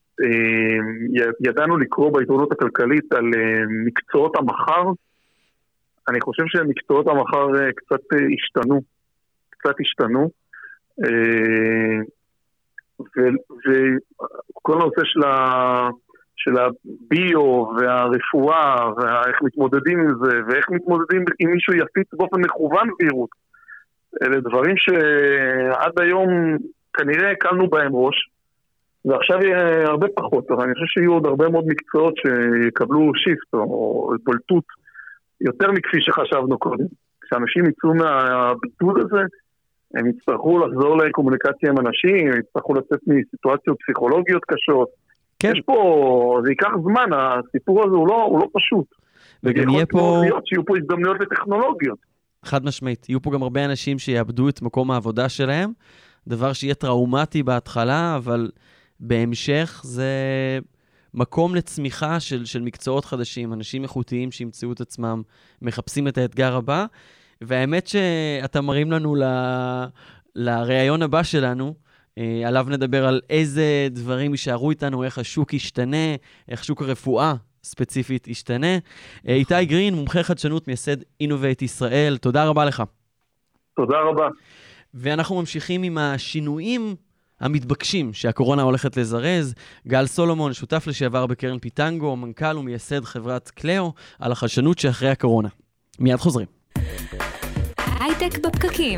ידענו לקרוא בעיתונות הכלכלית על מקצועות המחר, אני חושב שמקצועות המחר קצת השתנו. וכל הנושא של הביו והרפואה, ואיך מתמודדים עם זה, ואיך מתמודדים אם מישהו יפיץ באופן מכוון וירוס. אלה דברים שעד היום כנראה הקלנו בהם ראש, ועכשיו יהיה הרבה פחות, אבל אני חושב שיהיו עוד הרבה מאוד מקצועות שיקבלו שיפט או בולטות יותר מכפי שחשבנו קודם. כשאנשים יצאו מהביטוד הזה, הם יצטרכו לחזור לקומוניקציה עם אנשים, הם יצטרכו לצאת מסיטואציות פסיכולוגיות קשות. כן. יש פה, זה ייקח זמן, הסיפור הזה הוא לא פשוט. וגם יהיה פה... שיהיו פה הזדמנויות לטכנולוגיות. חד משמעית, יהיו פה גם הרבה אנשים שיאבדו את מקום העבודה שלהם, דבר שיהיה טראומטי בהתחלה, אבל בהמשך זה מקום לצמיחה של מקצועות חדשים, אנשים איכותיים שימצאו את עצמם, מחפשים את האתגר הבא, והאמת שאתה מראים לנו לראיון הבא שלנו, עליו נדבר על איזה דברים יישארו איתנו, איך השוק ישתנה, איך שוק הרפואה ספציפית ישתנה. איתי גרין, מומחה חדשנות, מייסד Innovate ישראל, תודה רבה לך. תודה רבה. ואנחנו ממשיכים עם השינויים המתבקשים שהקורונה הולכת לזרז. גל סולומון, שותף לשעבר בקרן פיטנגו, מנכ"ל ומייסד חברת קלאו, על החדשנות שאחרי הקורונה. מיד חוזרים. הייטק בפקקים.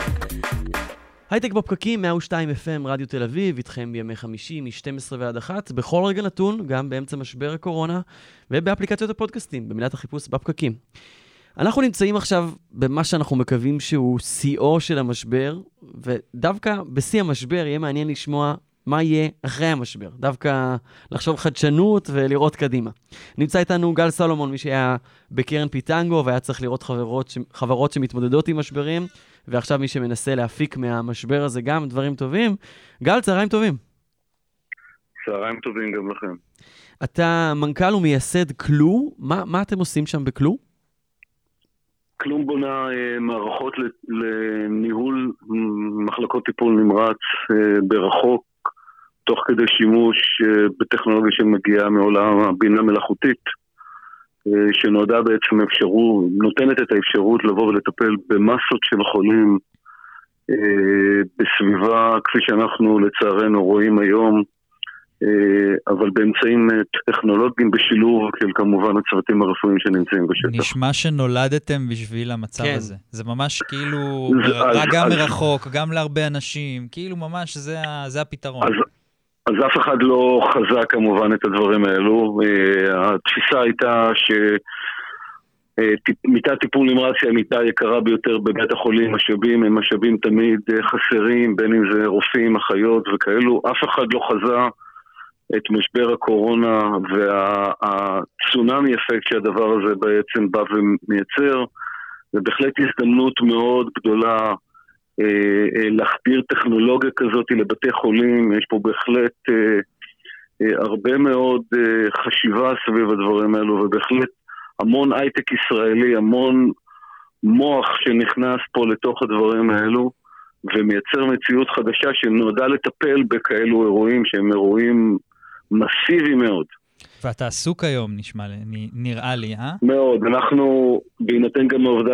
הייטק בפקקים, 102 FM, רדיו תל אביב, איתכם בימי חמישי, מ-12 ועד 1, בכל רגע נתון, גם באמצע משבר הקורונה, ובאפליקציות הפודקאסטים, במילת החיפוש בפקקים. אנחנו נמצאים עכשיו במה שאנחנו מקווים שהוא שיאו של המשבר, ודווקא בשיא המשבר יהיה מעניין לשמוע מה יהיה אחרי המשבר. דווקא לחשוב חדשנות ולראות קדימה. נמצא איתנו גל סולומון, מי שהיה בקרן פיטנגו, והיה צריך לראות חברות שמתמודדות עם משברים, ועכשיו מי שמנסה להפיק מהמשבר הזה גם דברים טובים. גל, צהריים טובים. צהריים טובים גם לכם. אתה מנכ"ל ומייסד קלו, מה אתם עושים שם בקלו? קלו בונה מערכות לניהול מחלקות טיפול נמרץ ברחוק, תוך כדי שימוש בטכנולוגיה שמגיעה מעולם הבינה מלאכותית, שנועדה בעצם נותנת את האפשרות לבוא ולטפל במסות של חולים בסביבה כפי שאנחנו לצערנו רואים היום, אבל באמצעים טכנולוגיים בשילוב של כמובן הצוותים הרפואיים שנמצאים בשטח. נשמע שנולדתם בשביל המצב הזה. זה ממש כאילו, גם מרחוק, גם להרבה אנשים, כאילו ממש זה הפתרון. אז אף אחד לא חזה כמובן את הדברים האלו. התפיסה הייתה מיטת טיפול נמרץ היא המיטה היקרה ביותר בבית החולים. משאבים הם משאבים תמיד חסרים, בין אם זה רופאים, אחיות וכאלו. אף אחד לא חזה את משבר הקורונה והצונאמי אפקט שהדבר הזה בעצם בא ומייצר. זה בהחלט הזדמנות מאוד גדולה להחדיר טכנולוגיה כזאת לבתי חולים. יש פה בהחלט הרבה מאוד חשיבה סביב הדברים האלו, ובהחלט המון הייטק ישראלי, המון מוח שנכנס פה לתוך הדברים האלו, ומייצר מציאות חדשה שנועדה לטפל בכאלו אירועים שהם אירועים מסיביים מאוד. ואתה עסוק היום, נראה לי, מאוד. אנחנו, בהינתן גם העובדה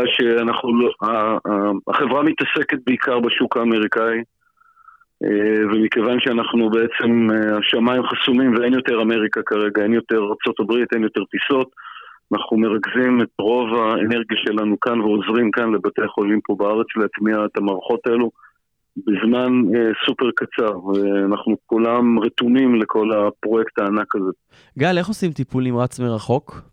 החברה מתעסקת בעיקר בשוק האמריקאי, ומכיוון שאנחנו בעצם, השמיים חסומים ואין יותר אמריקה כרגע, אין יותר ארצות הברית, אין יותר טיסות, אנחנו מרכזים את רוב האנרגיה שלנו כאן ועוזרים כאן לבתי החולים פה בארץ להטמיע את המערכות האלו בזמן סופר קצר. אנחנו כולם רתומים לכל הפרויקט הענק הזה. גל, איך עושים טיפול נמרץ מרחוק?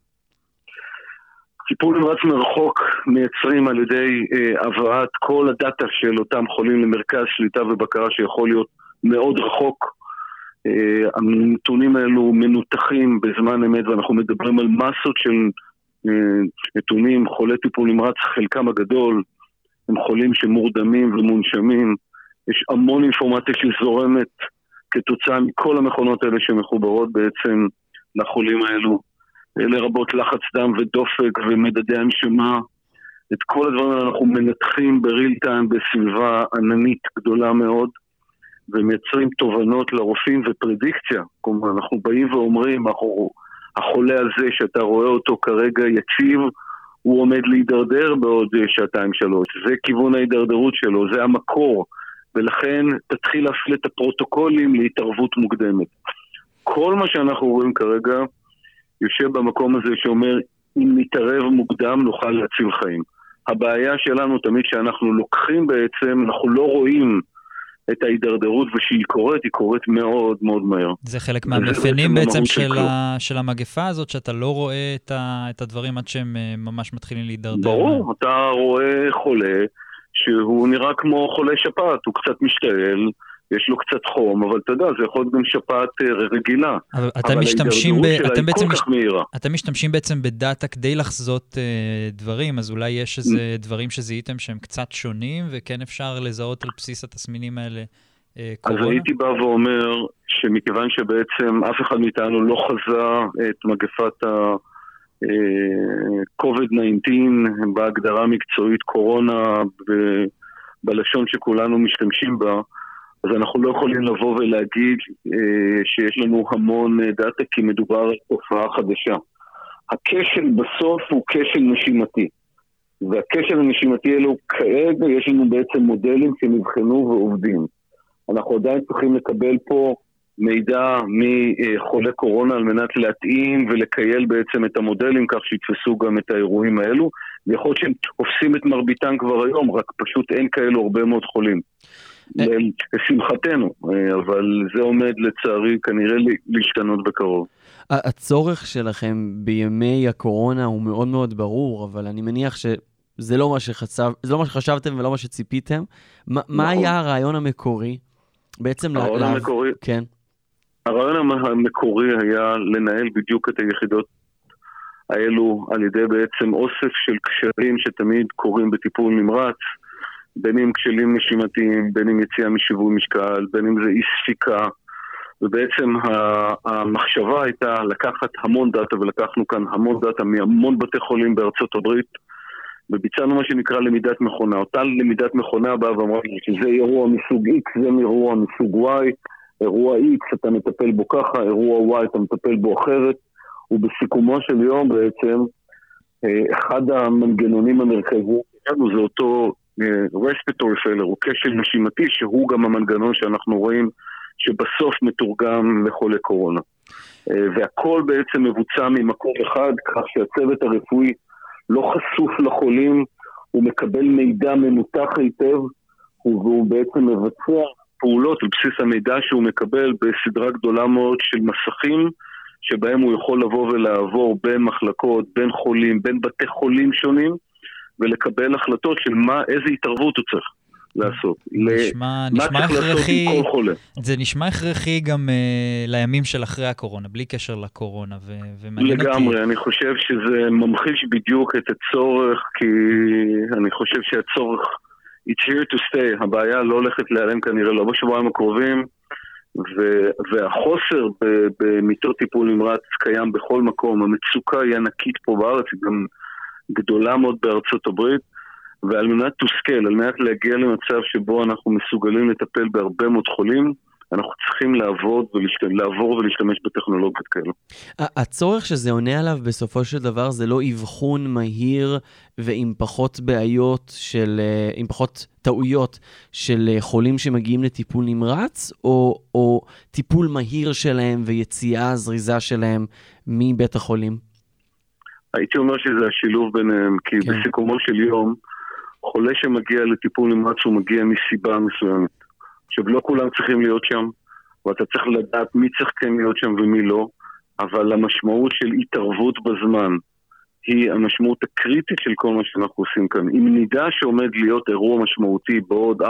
טיפול נמרץ מרחוק מייצרים על ידי הבאת כל הדאטה של אותם חולים למרכז שליטה ובקרה שיכול להיות מאוד רחוק. הנתונים האלו מנותחים בזמן אמת, ואנחנו מדברים על מסות של נתונים. חולי טיפול נמרץ, חלקם הגדול הם חולים שמורדמים ומונשמים. יש המון אינפורמציה שזורמת כתוצאה מכל המכונות האלה שמחוברות בעצם לחולים האלו, לרבות לחץ דם ודופק ומדדי הנשמה. את כל הדברים האלה אנחנו מנתחים בריל טיים בסביבה עננית גדולה מאוד, ומייצרים תובנות לרופאים ופרדיקציה. כלומר, אנחנו באים ואומרים, החולה הזה שאתה רואה אותו כרגע יציב, הוא עומד להידרדר בעוד 2-3. זה כיוון ההידרדרות שלו, זה המקור ולכן תתחיל להפעיל את הפרוטוקולים להתערבות מוקדמת. כל מה שאנחנו רואים כרגע יושב במקום הזה שאומר, אם נתערב מוקדם נוכל להציל חיים. הבעיה שלנו תמיד שאנחנו לוקחים בעצם, אנחנו לא רואים את ההידרדרות, ושהיא קורית, היא קורית מאוד מאוד מהר. זה חלק מהמאפיינים בעצם של המגפה הזאת, שאתה לא רואה את הדברים עד שהם ממש מתחילים להידרדר. ברור, אתה רואה חולה שהוא נראה כמו חולה שפעת, הוא קצת משתעל, יש לו קצת חום, אבל אתה יודע, זה יכול להיות גם שפעת רגילה. אבל ההידרדרות שלה היא כל כך מהירה. אתם משתמשים בעצם בדאטה כדי לחזות דברים, אז אולי יש איזה דברים שזיהיתם שהם קצת שונים, וכן אפשר לזהות על בסיס התסמינים האלה קורונה? אז הייתי בא ואומר שמכיוון שבעצם אף אחד מאיתנו לא חזה את מגפת COVID-19 בהגדרה מקצועית קורונה בלשון שכולנו משתמשים בה, אז אנחנו לא יכולים לבוא ולהגיד שיש לנו המון דאטה כי מדובר על תופעה חדשה. הכשל בסוף הוא כשל נשימתי. והכשל הנשימתי אלו כרגע יש לנו בעצם מודלים שנבחנו ועובדים. אנחנו עדיין צריכים לקבל פה מידע מחולי קורונה על מנת להתאים ולקייל בעצם את המודלים כך שיתפסו גם את האירועים האלו. ויכול להיות שהם תופסים את מרביתם כבר היום, רק פשוט אין כאלו הרבה מאוד חולים. לשמחתנו, אבל זה עומד לצערי כנראה להשתנות בקרוב. הצורך שלכם בימי הקורונה הוא מאוד מאוד ברור, אבל אני מניח שזה לא מה שחשבתם ולא מה שציפיתם. מה היה הרעיון המקורי? בעצם הרעיון המקורי, כן. הרעיון המקורי היה לנהל בדיוק את היחידות האלו על ידי בעצם אוסף של קשרים שתמיד קורים בטיפול נמרץ, בין אם כשלים נשימתיים, בין אם יציאה משיווי משקל, בין אם זה אי ספיקה, ובעצם המחשבה הייתה לקחת המון דאטה, ולקחנו כאן המון דאטה מהמון בתי חולים בארצות הברית, וביצענו מה שנקרא למידת מכונה. אותה למידת מכונה באה ואמרה שזה אירוע מסוג X, זה אירוע מסוג Y, אירוע X אתה מטפל בו ככה, אירוע Y אתה מטפל בו אחרת, ובסיכומו של יום בעצם, אחד המנגנונים המרכזיים שלנו זה אותו respiratory failure, הוא כשל נשימתי, שהוא גם המנגנון שאנחנו רואים שבסוף מתורגם לחולי קורונה. והכל בעצם מבוצע ממקום אחד, כך שהצוות הרפואי לא חשוף לחולים, הוא מקבל מידע מנותח היטב, והוא בעצם מבצע פעולות על בסיס המידע שהוא מקבל בסדרה גדולה מאוד של מסכים, שבהם הוא יכול לבוא ולעבור בין מחלקות, בין חולים, בין בתי חולים שונים, ולקבל החלטות של איזה התערבות הוא צריך לעשות. נשמע הכרחי, זה נשמע הכרחי גם לימים של אחרי הקורונה, בלי קשר לקורונה. לגמרי, אני חושב שזה ממחיש בדיוק את הצורך, כי אני חושב שהצורך it's here to stay, הבעיה לא הולכת להיעלם כנראה לא בשבועיים הקרובים, והחוסר במיטות טיפול נמרץ קיים בכל מקום, המצוקה היא ענקית פה בארץ, היא גם גדולה מאוד בארצות הברית, ועל מנת תוסכל, על מנת להגיע למצב שבו אנחנו מסוגלים לטפל בהרבה מאוד חולים, אנחנו צריכים לעבור ולהשתמש בטכנולוגיות כאלה. הצורך שזה עונה עליו בסופו של דבר זה לא אבחון מהיר ועם פחות בעיות עם פחות טעויות של חולים שמגיעים לטיפול נמרץ, או טיפול מהיר שלהם ויציאה זריזה שלהם מבית החולים? הייתי אומר שזה השילוב ביניהם, כי בסיכומו של יום, חולה שמגיע לטיפול נמרץ הוא מגיע מסיבה מסוימת. עכשיו לא כולם צריכים להיות שם, ואתה צריך לדעת מי צריך כן להיות שם ומי לא, אבל המשמעות של התערבות בזמן היא המשמעות הקריטית של כל מה שאנחנו עושים כאן. אם נדע שעומד להיות אירוע משמעותי בעוד 4-5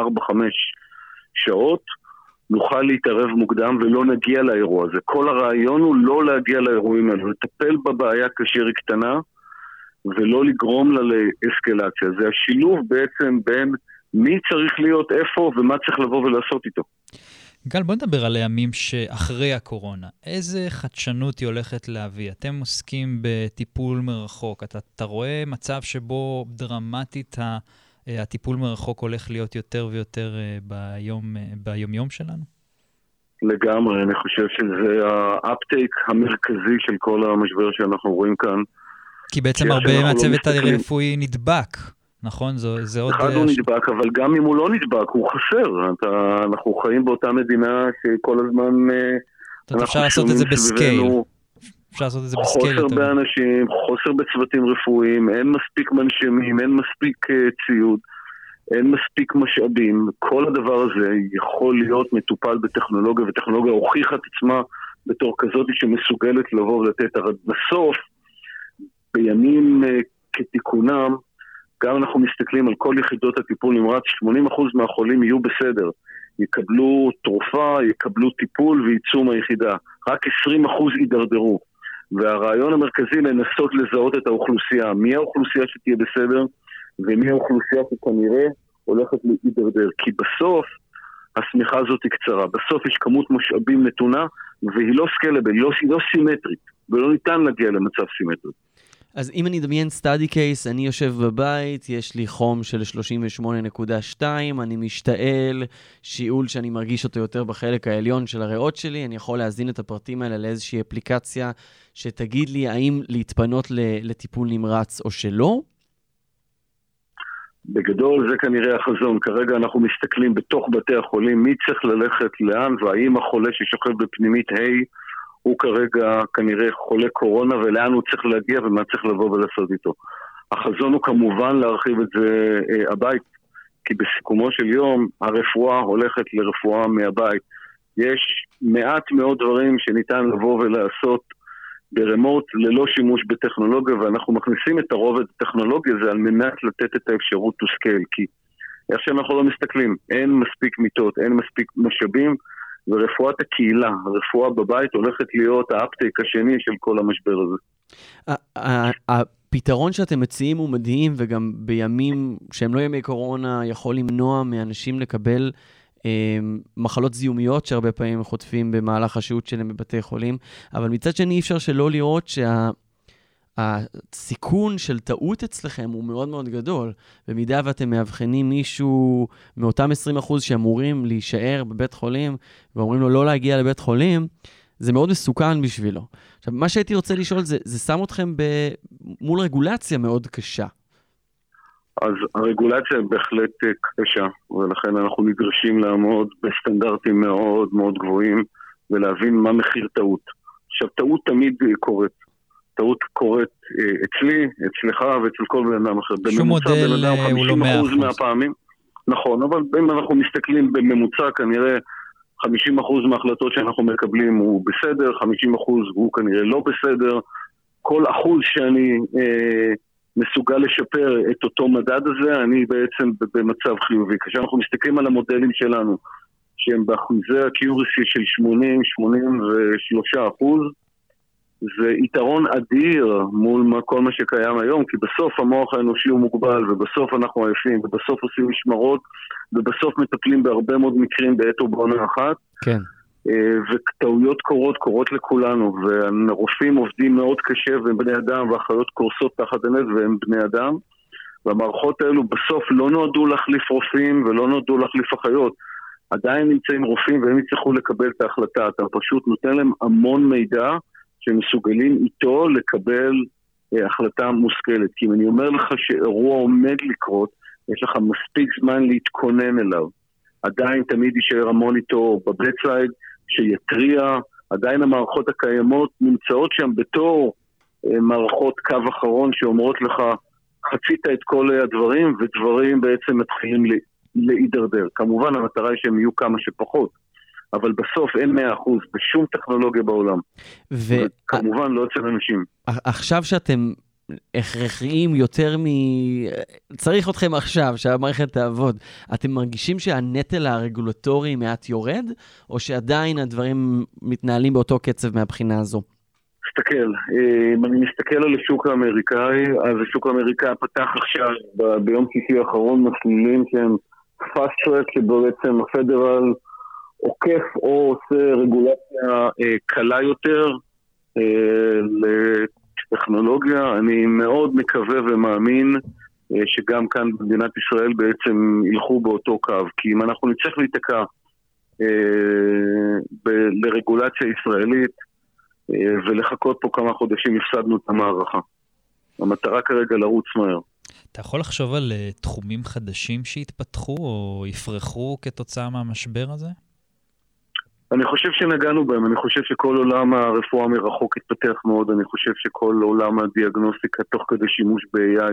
שעות, נוכל להתערב מוקדם ולא נגיע לאירוע הזה. כל הרעיון הוא לא להגיע לאירועים האלה, לטפל בבעיה כאשר היא קטנה, ולא לגרום לה לאסקלציה. זה השילוב בעצם בין מי צריך להיות איפה ומה צריך לבוא ולעשות איתו. גל, בוא נדבר על הימים שאחרי הקורונה. איזה חדשנות היא הולכת להביא? אתם עוסקים בטיפול מרחוק. אתה רואה מצב שבו דרמטית הטיפול מרחוק הולך להיות יותר ויותר ביום-יום שלנו? לגמרי, אני חושב שזה האפטייק המרכזי של כל המשבר שאנחנו רואים כאן. כי בעצם הרבה מהצוות הרפואי נדבק נכון? זה עוד... אחד הוא נדבק, אבל גם אם הוא לא נדבק, הוא חסר. אנחנו חיים באותה מדינה שכל הזמן... אפשר לעשות את זה בסקייל. אפשר לעשות את זה בסקייל. חוסר באנשים, חוסר בצוותים רפואיים, אין מספיק מנשמים, אין מספיק ציוד, אין מספיק משאבים. כל הדבר הזה יכול להיות מטופל בטכנולוגיה, וטכנולוגיה הוכיחה את עצמה בתור כזאת שמסוגלת לבוא ולתת. בסוף, בימים כתיקונם, גם אנחנו מסתכלים על כל יחידות הטיפול נמרץ, 80% מהחולים יהיו בסדר. יקבלו תרופה, יקבלו טיפול וייצאו מהיחידה. רק 20% יידרדרו. והרעיון המרכזי לנסות לזהות את האוכלוסייה. מי האוכלוסייה שתהיה בסדר, ומי האוכלוסייה שכנראה הולכת להידרדר. כי בסוף, הסמיכה הזאת היא קצרה. בסוף יש כמות משאבים נתונה, והיא לא סקלבל, היא לא סימטרית. ולא ניתן להגיע למצב סימטרי. אז אם אני אדמיין סטאדי קייס, אני יושב בבית, יש לי חום של 38.2, אני משתעל, שיעול שאני מרגיש אותו יותר בחלק העליון של הריאות שלי, אני יכול להזין את הפרטים האלה לאיזושהי אפליקציה שתגיד לי האם להתפנות לטיפול נמרץ או שלא? בגדול זה כנראה החזון. כרגע אנחנו מסתכלים בתוך בתי החולים, מי צריך ללכת לאן, והאם החולה ששוכב בפנימית הוא כרגע כנראה חולה קורונה, ולאן הוא צריך להגיע ומה צריך לבוא ולעשות איתו. החזון הוא כמובן להרחיב את זה הבית, כי בסיכומו של יום הרפואה הולכת לרפואה מהבית. יש מעט מאוד דברים שניתן לבוא ולעשות ברמוט ללא שימוש בטכנולוגיה, ואנחנו מכניסים את הרובד הטכנולוגיה הזה על מנת לתת את האפשרות to scale, כי איך שאנחנו לא מסתכלים, אין מספיק מיטות, אין מספיק משאבים, ורפואת הקהילה, הרפואה בבית הולכת להיות האפטייק השני של כל המשבר הזה. הפתרון שאתם מציעים הוא מדהים, וגם בימים שהם לא ימי קורונה יכול למנוע מאנשים לקבל מחלות זיהומיות שהרבה פעמים חוטפים במהלך השהות שלהם בבתי חולים, אבל מצד שני אי אפשר שלא לראות הסיכון של טעות אצלכם הוא מאוד מאוד גדול. במידה ואתם מאבחנים מישהו מאותם 20% שאמורים להישאר בבית חולים, ואומרים לו לא להגיע לבית חולים, זה מאוד מסוכן בשבילו. עכשיו, מה שהייתי רוצה לשאול זה שם אתכם מול רגולציה מאוד קשה. אז הרגולציה בהחלט קשה, ולכן אנחנו נדרשים לעמוד בסטנדרטים מאוד מאוד גבוהים, ולהבין מה מחיר טעות. עכשיו, טעות תמיד קורית. טעות קורית אצלי, אצלך ואצל כל בן אדם אחר. שום מודל הוא לא 100%. מהפעמים. נכון, אבל אם אנחנו מסתכלים בממוצע, כנראה 50% מההחלטות שאנחנו מקבלים הוא בסדר, 50% הוא כנראה לא בסדר. כל אחוז שאני מסוגל לשפר את אותו מדד הזה, אני בעצם במצב חיובי. כשאנחנו מסתכלים על המודלים שלנו, שהם באחוזי הקיורסי של 80-83%, זה יתרון אדיר מול כל מה שקיים היום, כי בסוף המוח האנושי הוא מוגבל, ובסוף אנחנו עייפים, ובסוף עושים משמרות, ובסוף מטפלים בהרבה מאוד מקרים בעת או בעונה אחת. כן. וטעויות קורות לכולנו, והרופאים עובדים מאוד קשה, והם בני אדם, והאחיות קורסות תחת הנס, והם בני אדם. והמערכות האלו בסוף לא נועדו להחליף רופאים, ולא נועדו להחליף אחיות. עדיין נמצאים רופאים, והם יצטרכו לקבל את ההחלטה. אתה פשוט נותן להם המון מידע, שמסוגלים איתו לקבל החלטה מושכלת. כי אם אני אומר לך שאירוע עומד לקרות, יש לך מספיק זמן להתכונן אליו. עדיין תמיד יישאר המון איתו בבטסייד, שיתריע, עדיין המערכות הקיימות נמצאות שם בתור מערכות קו אחרון שאומרות לך, חצית את כל הדברים, ודברים בעצם מתחילים להידרדר. כמובן המטרה היא שהם יהיו כמה שפחות. אבל בסוף אין 100% בשום טכנולוגיה בעולם. וכמובן לא אצל אנשים. עכשיו שאתם הכרחיים יותר צריך אתכם עכשיו, שהמערכת תעבוד, אתם מרגישים שהנטל הרגולטורי מעט יורד, או שעדיין הדברים מתנהלים באותו קצב מהבחינה הזו? תסתכל, אם אני מסתכל על השוק האמריקאי, אז השוק האמריקאי פתח עכשיו ביום שישי האחרון מסלולים שהם fast track, שבו בעצם הפדרל עוקף או עושה רגולציה קלה יותר לטכנולוגיה. אני מאוד מקווה ומאמין שגם כאן במדינת ישראל בעצם ילכו באותו קו, כי אם אנחנו נצטרך להתקע לרגולציה ישראלית ולחכות פה כמה חודשים, הפסדנו את המערכה. המטרה כרגע לרוץ מהר. אתה יכול לחשוב על תחומים חדשים שהתפתחו או יפרחו כתוצאה מהמשבר הזה? אני חושב שנגענו בהם, אני חושב שכל עולם הרפואה מרחוק התפתח מאוד, אני חושב שכל עולם הדיאגנוסטיקה תוך כדי שימוש ב-AI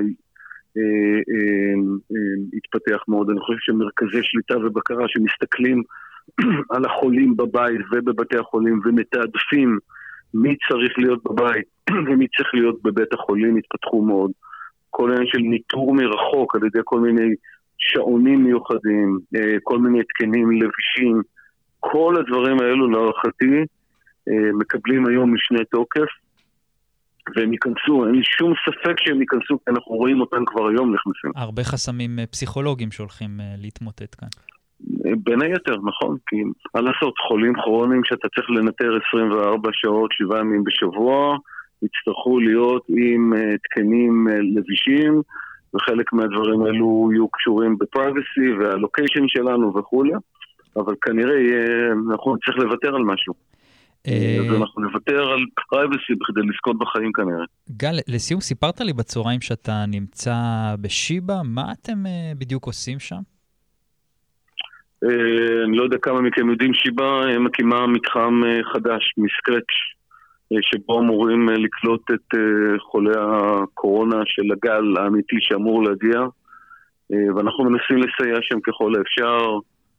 התפתח מאוד, אני חושב שמרכזי שליטה ובקרה שמסתכלים על החולים בבית ובבתי החולים ומתעדפים מי צריך להיות בבית ומי צריך להיות בבית החולים התפתחו מאוד. כל העניין של ניטור מרחוק על ידי כל מיני שעונים מיוחדים, כל מיני התקנים לבישים, כל הדברים האלו להערכתי מקבלים היום משנה תוקף והם ייכנסו, אין לי שום ספק שהם ייכנסו, כי אנחנו רואים אותם כבר היום נכנסים. הרבה חסמים פסיכולוגיים שהולכים להתמוטט כאן. בין היתר, נכון, כי מה לעשות, חולים כרוניים שאתה צריך לנטר 24 שעות, 7 ימים בשבוע, יצטרכו להיות עם תקנים לבישים, וחלק מהדברים האלו יהיו קשורים בפרייבסי והלוקיישן שלנו וכו', אבל כנראה אנחנו צריך לוותר על משהו. אז אנחנו נוותר על פרייבסי בכדי לזכות בחיים כנראה. גל, לסיום סיפרת לי בצהריים שאתה נמצא בשיבא, מה אתם בדיוק עושים שם? אני לא יודע כמה מכם יודעים, שיבא מקימה מתחם חדש מסקרץ' שבו אמורים לקלוט את חולי הקורונה של הגל האמיתי שאמור להגיע, ואנחנו מנסים לסייע שם ככל האפשר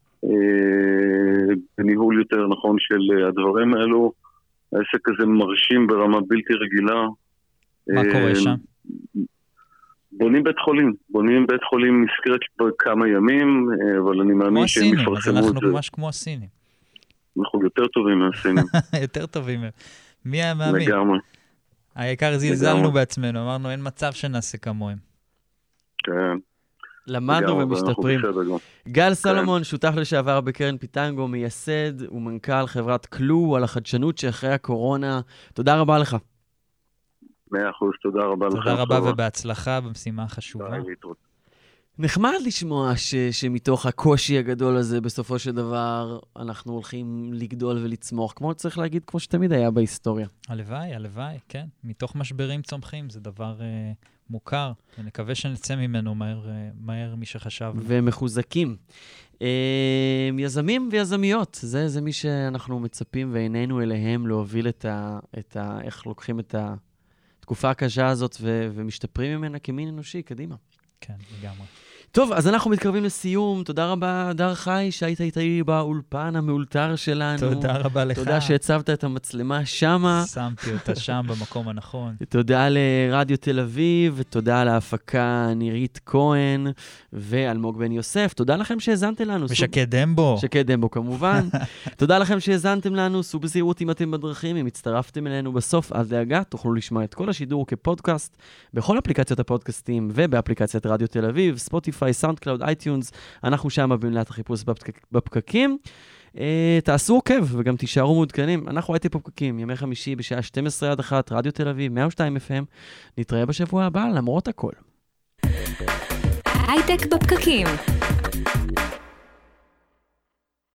בניהול יותר נכון של הדברים האלו. העסק הזה מרשים ברמה בלתי רגילה. מה קורה שם? בונים בית חולים מסקרץ' בכמה ימים, אבל אני מאמין שהם יפרסמו את זה. אז אנחנו ממש כמו הסינים. אנחנו יותר טובים מהסינים. יותר טובים. מי היה מאמין? לגמרי. העיקר זלזלנו בעצמנו, אמרנו אין מצב שנעשה כמוהם. כן. למדנו ומשתפרים. גל סלומון, שותף לשעבר בקרן פיטנגו, מייסד ומנכ"ל חברת קלו על החדשנות שאחרי הקורונה. תודה רבה לך. 100%, תודה רבה לך. תודה רבה ובהצלחה במשימה החשובה. נחמד לשמוע שמתוך הקושי הגדול הזה, בסופו של דבר, אנחנו הולכים לגדול ולצמוח, כמו צריך להגיד, כמו שתמיד היה בהיסטוריה. הלוואי, כן. מתוך משברים צומחים, זה דבר מוכר, ונקווה שנצא ממנו מהר מי שחשב. ומחוזקים. יזמים ויזמיות, זה מי שאנחנו מצפים ועינינו אליהם להוביל איך לוקחים את התקופה הקשה הזאת ומשתפרים ממנה כמין אנושי, קדימה. כן, לגמרי. טוב, אז אנחנו מתקרבים לסיום. תודה רבה, דר חי, שהיית איתי באולפן המאולתר שלנו. תודה רבה לך. תודה שהצבת את המצלמה שמה. שמתי אותה שם במקום הנכון. תודה לרדיו תל אביב, ותודה להפקה נירית כהן ואלמוג בן יוסף. תודה לכם שהזנתם לנו. ושקד דמבו. שקד דמבו, כמובן. תודה לכם שהזנתם לנו. סעו בזהירות אם אתם בדרכים. אם הצטרפתם אלינו בסוף, אל דאגה, תוכלו לשמוע את כל השידור כפודקאסט בכל אפליקציות הפודקאסטים ובאפליקציית רדיו תל אביב, ספוטיפיי, סאונד קלאוד, אייטיונס. אנחנו שם במילת החיפוש בפקקים. תעשו עוקב וגם תישארו מעודכנים. אנחנו הייתי פה בפקקים, ימי חמישי בשעה 12:00 רדיו תל אביב, 102 FM. נתראה בשבוע הבא למרות הכל. הייטק בפקקים.